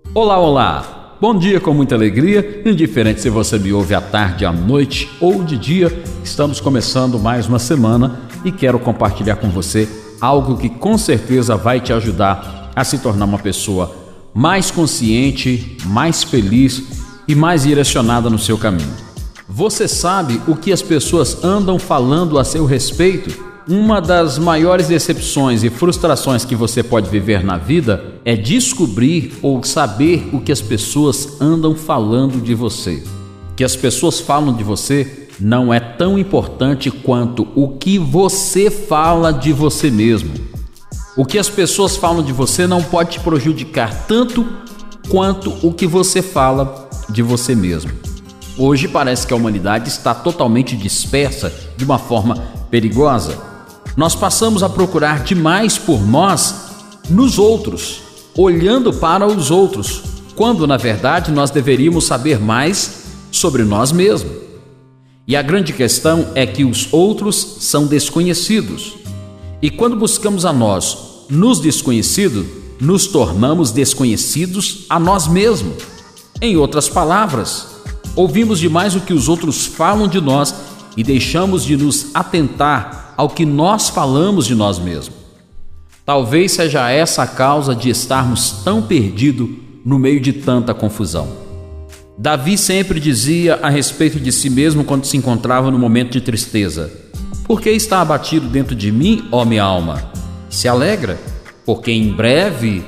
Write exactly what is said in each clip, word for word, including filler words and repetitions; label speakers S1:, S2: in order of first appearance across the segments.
S1: Olá, olá! Bom dia com muita alegria, indiferente se você me ouve à tarde, à noite ou de dia, estamos começando mais uma semana e quero compartilhar com você algo que com certeza vai te ajudar a se tornar uma pessoa mais consciente, mais feliz e mais direcionada no seu caminho. Você sabe o que as pessoas andam falando a seu respeito? Uma das maiores decepções e frustrações que você pode viver na vida é descobrir ou saber o que as pessoas andam falando de você. O que as pessoas falam de você não é tão importante quanto o que você fala de você mesmo. O que as pessoas falam de você não pode te prejudicar tanto quanto o que você fala de você mesmo. Hoje parece que a humanidade está totalmente dispersa de uma forma perigosa. Nós passamos a procurar demais por nós nos outros, olhando para os outros, quando na verdade nós deveríamos saber mais sobre nós mesmos. E a grande questão é que os outros são desconhecidos. E quando buscamos a nós nos desconhecidos, nos tornamos desconhecidos a nós mesmos. Em outras palavras, ouvimos demais o que os outros falam de nós e deixamos de nos atentar ao que nós falamos de nós mesmos. Talvez seja essa a causa de estarmos tão perdidos no meio de tanta confusão. Davi sempre dizia a respeito de si mesmo quando se encontrava no momento de tristeza: por que está abatido dentro de mim, ó minha alma? Se alegra, porque em breve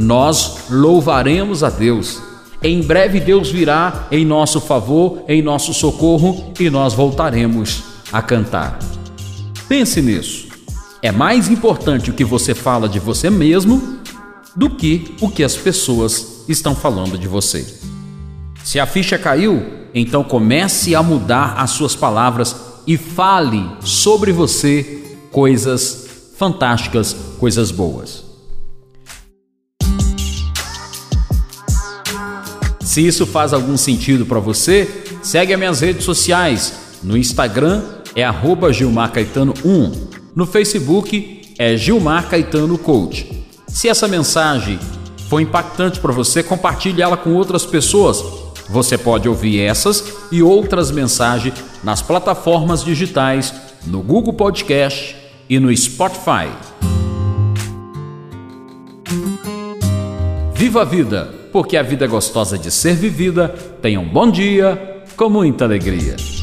S1: nós louvaremos a Deus. Em breve Deus virá em nosso favor, em nosso socorro, e nós voltaremos a cantar. Pense nisso. É mais importante o que você fala de você mesmo do que o que as pessoas estão falando de você. Se a ficha caiu, então comece a mudar as suas palavras e fale sobre você coisas fantásticas, coisas boas. Se isso faz algum sentido para você, segue as minhas redes sociais. No Instagram é arroba Gilmar Caetano um. No Facebook é Gilmar Caetano Coach. Se essa mensagem foi impactante para você, compartilhe ela com outras pessoas. Você pode ouvir essas e outras mensagens nas plataformas digitais, no Google Podcast e no Spotify. Viva a vida, porque a vida é gostosa de ser vivida. Tenha um bom dia com muita alegria.